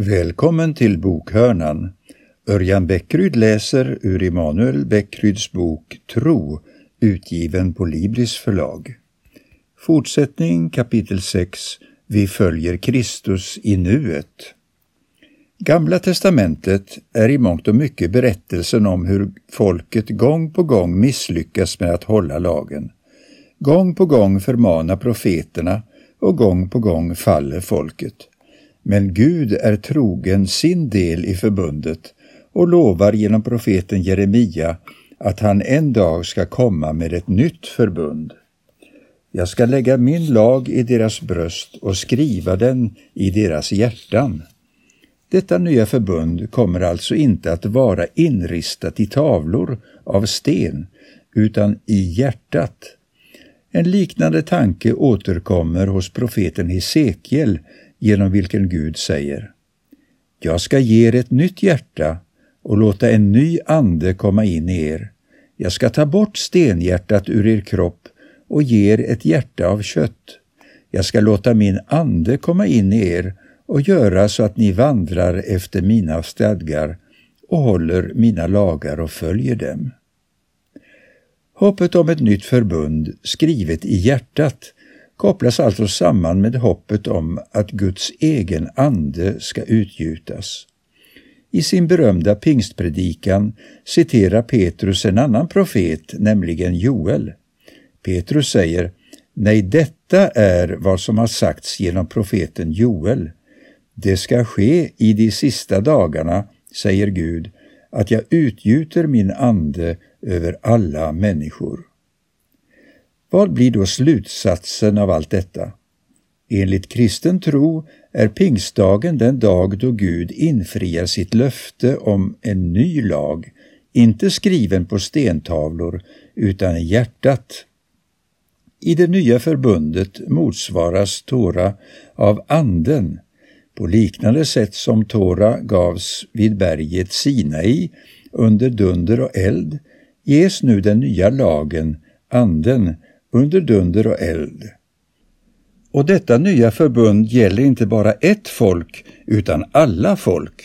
Välkommen till Bokhörnan. Örjan Bäckryd läser ur Emanuel Bäckryds bok Tro, utgiven på Libris förlag. Fortsättning kapitel 6. Vi följer Kristus i nuet. Gamla testamentet är i mångt och mycket berättelsen om hur folket gång på gång misslyckas med att hålla lagen. Gång på gång förmanar profeterna och gång på gång faller folket. Men Gud är trogen sin del i förbundet och lovar genom profeten Jeremia att han en dag ska komma med ett nytt förbund. Jag ska lägga min lag i deras bröst och skriva den i deras hjärtan. Detta nya förbund kommer alltså inte att vara inristat i tavlor av sten, utan i hjärtat. En liknande tanke återkommer hos profeten Hesekiel, genom vilken Gud säger: Jag ska ge er ett nytt hjärta och låta en ny ande komma in i er. Jag ska ta bort stenhjärtat ur er kropp och ge er ett hjärta av kött. Jag ska låta min ande komma in i er och göra så att ni vandrar efter mina stadgar och håller mina lagar och följer dem. Hoppet om ett nytt förbund, skrivet i hjärtat, kopplas alltså samman med hoppet om att Guds egen ande ska utgjutas. I sin berömda pingstpredikan citerar Petrus en annan profet, nämligen Joel. Petrus säger: Nej, detta är vad som har sagts genom profeten Joel. Det ska ske i de sista dagarna, säger Gud, att jag utgjuter min ande över alla människor. Vad blir då slutsatsen av allt detta? Enligt kristen tro är pingstdagen den dag då Gud infriar sitt löfte om en ny lag, inte skriven på stentavlor utan i hjärtat. I det nya förbundet motsvaras Tora av anden. På liknande sätt som Tora gavs vid berget Sinai under dunder och eld, ges nu den nya lagen, anden, under dunder och eld. Och detta nya förbund gäller inte bara ett folk utan alla folk.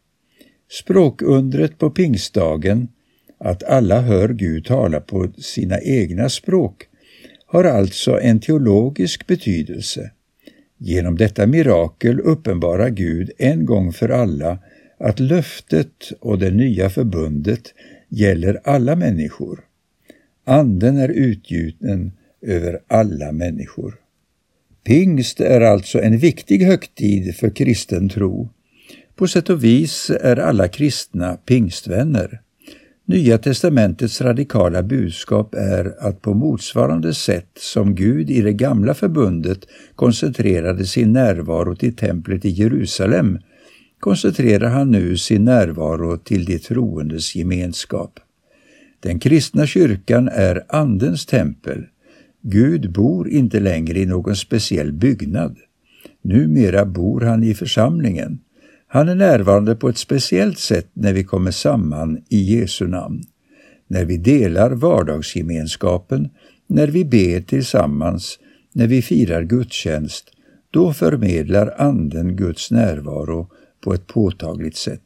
Språkundret på pingstdagen, att alla hör Gud tala på sina egna språk, har alltså en teologisk betydelse. Genom detta mirakel uppenbarar Gud en gång för alla att löftet och det nya förbundet gäller alla människor. Anden är utgjuten över alla människor. Pingst är alltså en viktig högtid för kristen tro. På sätt och vis är alla kristna pingstvänner. Nya testamentets radikala budskap är att på motsvarande sätt som Gud i det gamla förbundet koncentrerade sin närvaro till templet i Jerusalem, koncentrerar han nu sin närvaro till de troendes gemenskap. Den kristna kyrkan är andens tempel. Gud bor inte längre i någon speciell byggnad. Numera bor han i församlingen. Han är närvarande på ett speciellt sätt när vi kommer samman i Jesu namn. När vi delar vardagsgemenskapen, när vi ber tillsammans, när vi firar gudstjänst, då förmedlar anden Guds närvaro på ett påtagligt sätt.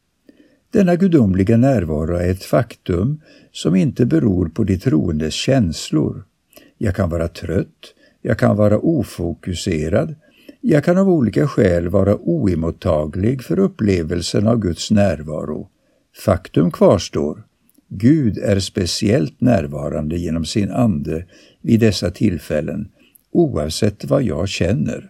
Denna gudomliga närvaro är ett faktum som inte beror på de troendes känslor. Jag kan vara trött, jag kan vara ofokuserad, jag kan av olika skäl vara oemottaglig för upplevelsen av Guds närvaro. Faktum kvarstår. Gud är speciellt närvarande genom sin ande vid dessa tillfällen, oavsett vad jag känner.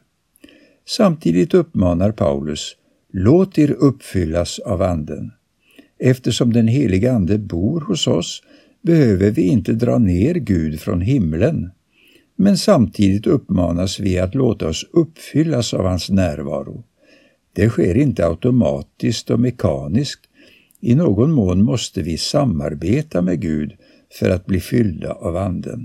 Samtidigt uppmanar Paulus: låt er uppfyllas av anden. Eftersom den heliga ande bor hos oss behöver vi inte dra ner Gud från himlen. Men samtidigt uppmanas vi att låta oss uppfyllas av hans närvaro. Det sker inte automatiskt och mekaniskt. I någon mån måste vi samarbeta med Gud för att bli fyllda av anden.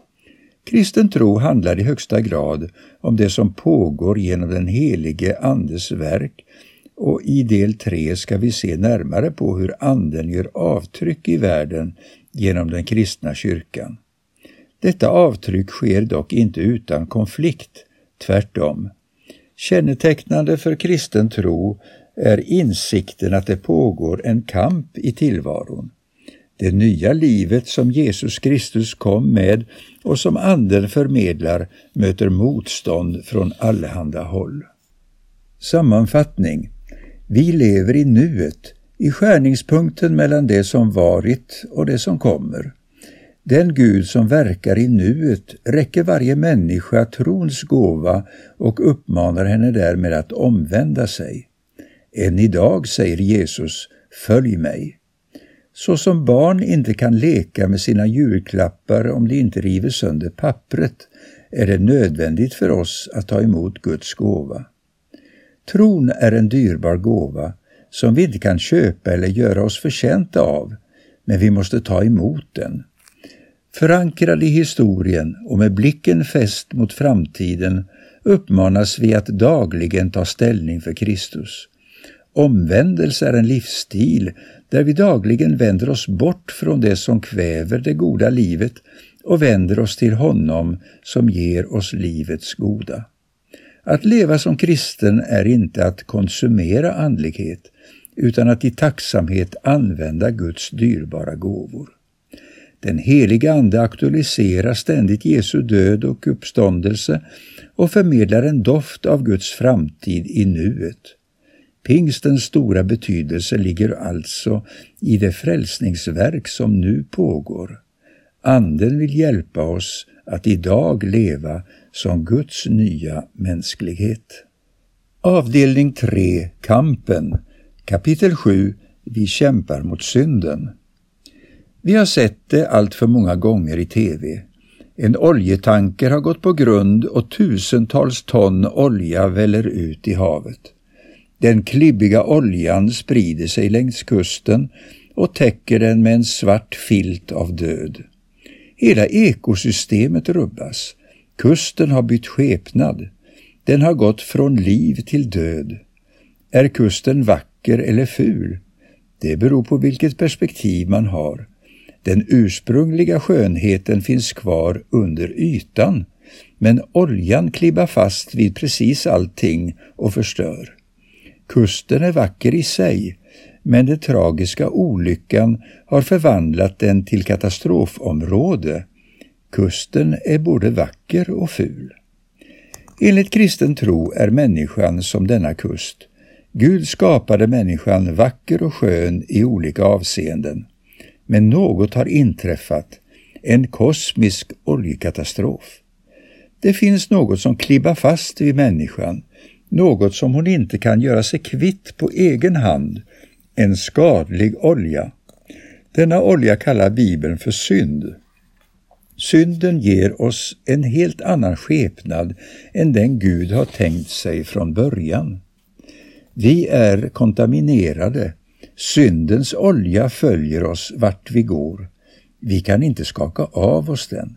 Kristen tro handlar i högsta grad om det som pågår genom den helige andes verk, och i del 3 ska vi se närmare på hur anden gör avtryck i världen genom den kristna kyrkan. Detta avtryck sker dock inte utan konflikt, tvärtom. Kännetecknande för kristen tro är insikten att det pågår en kamp i tillvaron. Det nya livet som Jesus Kristus kom med och som Anden förmedlar möter motstånd från allehanda håll. Sammanfattning. Vi lever i nuet, i skärningspunkten mellan det som varit och det som kommer. Den Gud som verkar i nuet räcker varje människa trons gåva och uppmanar henne därmed att omvända sig. Än idag säger Jesus, följ mig. Så som barn inte kan leka med sina julklappar om de inte river sönder pappret, är det nödvändigt för oss att ta emot Guds gåva. Tron är en dyrbar gåva som vi inte kan köpa eller göra oss förtjänta av, men vi måste ta emot den. Förankrad i historien och med blicken fäst mot framtiden uppmanas vi att dagligen ta ställning för Kristus. Omvändelse är en livsstil där vi dagligen vänder oss bort från det som kväver det goda livet och vänder oss till honom som ger oss livets goda. Att leva som kristen är inte att konsumera andlighet, utan att i tacksamhet använda Guds dyrbara gåvor. Den heliga Ande aktualiserar ständigt Jesu död och uppståndelse och förmedlar en doft av Guds framtid i nuet. Pingstens stora betydelse ligger alltså i det frälsningsverk som nu pågår. Anden vill hjälpa oss att idag leva som Guds nya mänsklighet. Avdelning 3. Kampen. Kapitel 7. Vi kämpar mot synden. Vi har sett det allt för många gånger i tv. En oljetanker har gått på grund och tusentals ton olja väller ut i havet. Den klibbiga oljan sprider sig längs kusten och täcker den med en svart filt av död. Hela ekosystemet rubbas. Kusten har bytt skepnad. Den har gått från liv till död. Är kusten vacker eller ful? Det beror på vilket perspektiv man har. Den ursprungliga skönheten finns kvar under ytan, men oljan klibbar fast vid precis allting och förstör. Kusten är vacker i sig, men den tragiska olyckan har förvandlat den till katastrofområde. Kusten är både vacker och ful. Enligt kristen tro är människan som denna kust. Gud skapade människan vacker och skön i olika avseenden. Men något har inträffat, en kosmisk oljekatastrof. Det finns något som klibbar fast vid människan, något som hon inte kan göra sig kvitt på egen hand, en skadlig olja. Denna olja kallar Bibeln för synd. Synden ger oss en helt annan skepnad än den Gud har tänkt sig från början. Vi är kontaminerade. Syndens olja följer oss vart vi går. Vi kan inte skaka av oss den.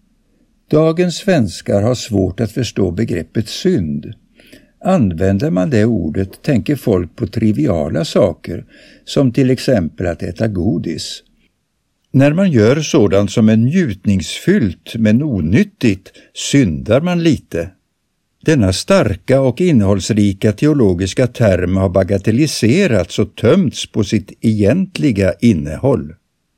Dagens svenskar har svårt att förstå begreppet synd. Använder man det ordet tänker folk på triviala saker, som till exempel att äta godis. När man gör sådant som är njutningsfyllt men onyttigt syndar man lite. Denna starka och innehållsrika teologiska term har bagatelliserats och tömts på sitt egentliga innehåll.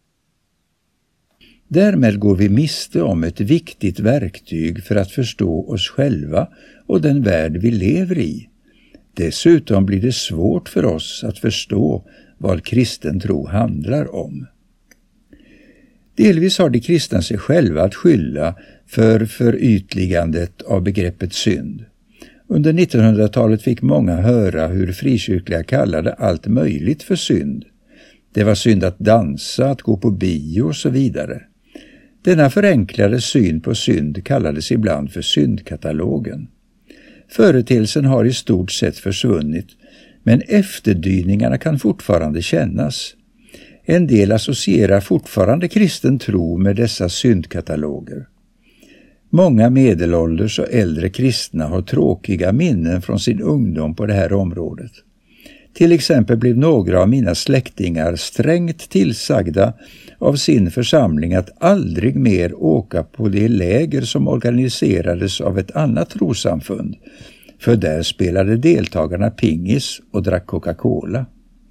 Därmed går vi miste om ett viktigt verktyg för att förstå oss själva och den värld vi lever i. Dessutom blir det svårt för oss att förstå vad kristen tro handlar om. Delvis har de kristna sig själva att skylla för förytligandet av begreppet synd. Under 1900-talet fick många höra hur frikyrkliga kallade allt möjligt för synd. Det var synd att dansa, att gå på bio och så vidare. Denna förenklade syn på synd kallades ibland för syndkatalogen. Företeelsen har i stort sett försvunnit, men efterdyningarna kan fortfarande kännas. En del associerar fortfarande kristen tro med dessa syndkataloger. Många medelålders och äldre kristna har tråkiga minnen från sin ungdom på det här området. Till exempel blev några av mina släktingar strängt tillsagda av sin församling att aldrig mer åka på de läger som organiserades av ett annat trossamfund, för där spelade deltagarna pingis och drack Coca-Cola.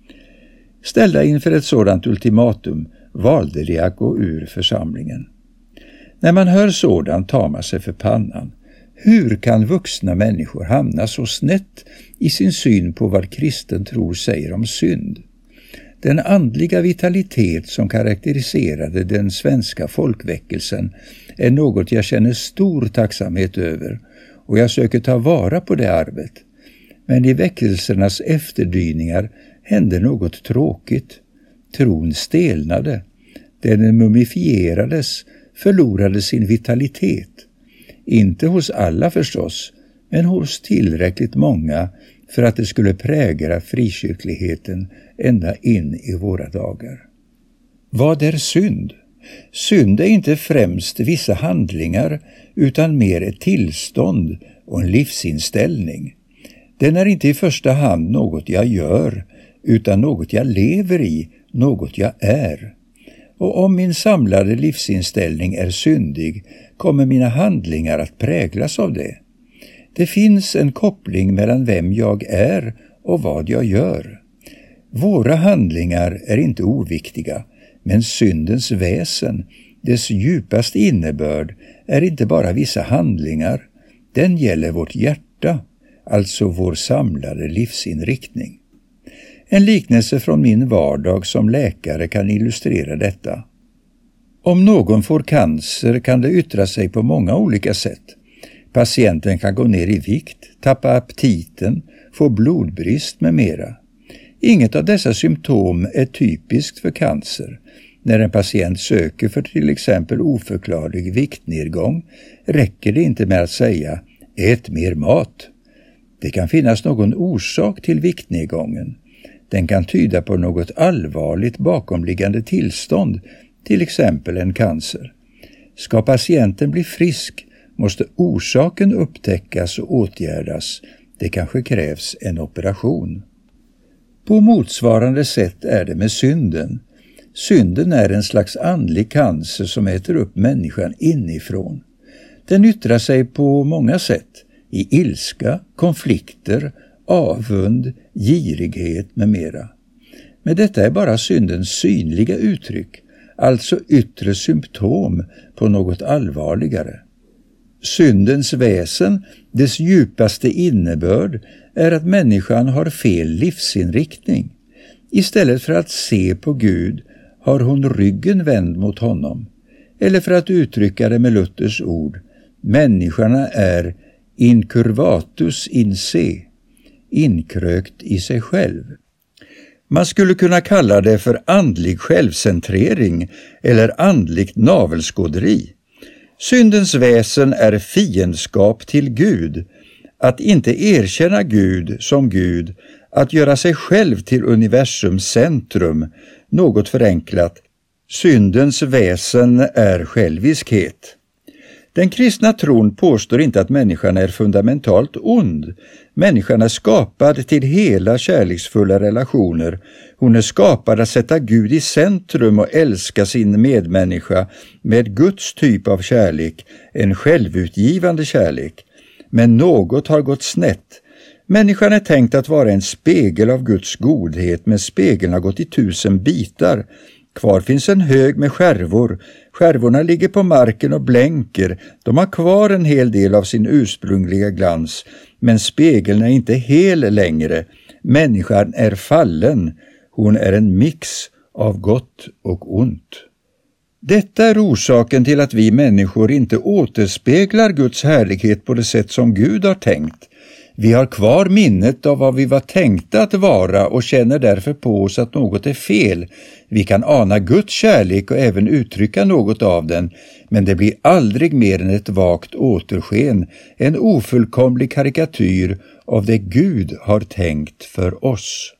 Ställda inför ett sådant ultimatum valde de att gå ur församlingen. När man hör sådant tar man sig för pannan. Hur kan vuxna människor hamna så snett i sin syn på vad kristen tro säger om synd? Den andliga vitalitet som karaktäriserade den svenska folkväckelsen är något jag känner stor tacksamhet över, och jag söker ta vara på det arvet. Men i väckelsernas efterdyningar hände något tråkigt. Tron stelnade. Den mumifierades, förlorade sin vitalitet. Inte hos alla förstås, men hos tillräckligt många för att det skulle prägla frikyrkligheten ända in i våra dagar. Vad är synd? Synd är inte främst vissa handlingar utan mer ett tillstånd och en livsinställning. Den är inte i första hand något jag gör utan något jag lever i, något jag är. Och om min samlade livsinställning är syndig kommer mina handlingar att präglas av det. Det finns en koppling mellan vem jag är och vad jag gör. Våra handlingar är inte oviktiga, men syndens väsen, dess djupaste innebörd, är inte bara vissa handlingar. Den gäller vårt hjärta, alltså vår samlade livsinriktning. En liknelse från min vardag som läkare kan illustrera detta. Om någon får cancer kan det yttra sig på många olika sätt. Patienten kan gå ner i vikt, tappa aptiten, få blodbrist med mera. Inget av dessa symptom är typiskt för cancer. När en patient söker för till exempel oförklarlig viktnedgång räcker det inte med att säga ät mer mat. Det kan finnas någon orsak till viktnedgången. Den kan tyda på något allvarligt bakomliggande tillstånd, till exempel en cancer. Ska patienten bli frisk måste orsaken upptäckas och åtgärdas. Det kanske krävs en operation. På motsvarande sätt är det med synden. Synden är en slags andlig cancer som äter upp människan inifrån. Den yttrar sig på många sätt, i ilska, konflikter, avund, girighet med mera. Men detta är bara syndens synliga uttryck, alltså yttre symptom på något allvarligare. Syndens väsen, dess djupaste innebörd, är att människan har fel livsinriktning. Istället för att se på Gud har hon ryggen vänd mot honom. Eller för att uttrycka det med Luthers ord, människorna är incurvatus in se, inkrökt i sig själv. Man skulle kunna kalla det för andlig självcentrering eller andligt navelskåderi. Syndens väsen är fiendskap till Gud, att inte erkänna Gud som Gud, att göra sig själv till universums centrum, något förenklat. Syndens väsen är själviskhet. Den kristna tron påstår inte att människan är fundamentalt ond. Människan är skapad till hela kärleksfulla relationer. Hon är skapad att sätta Gud i centrum och älska sin medmänniska med Guds typ av kärlek, en självutgivande kärlek. Men något har gått snett. Människan är tänkt att vara en spegel av Guds godhet, men spegeln har gått i 1000 bitar. Kvar finns en hög med skärvor. Skärvorna ligger på marken och blänker. De har kvar en hel del av sin ursprungliga glans, men spegeln är inte hel längre. Människan är fallen. Hon är en mix av gott och ont. Detta är orsaken till att vi människor inte återspeglar Guds härlighet på det sätt som Gud har tänkt. Vi har kvar minnet av vad vi var tänkta att vara och känner därför på oss att något är fel. Vi kan ana Guds kärlek och även uttrycka något av den, men det blir aldrig mer än ett vagt återsken, en ofullkomlig karikatyr av det Gud har tänkt för oss.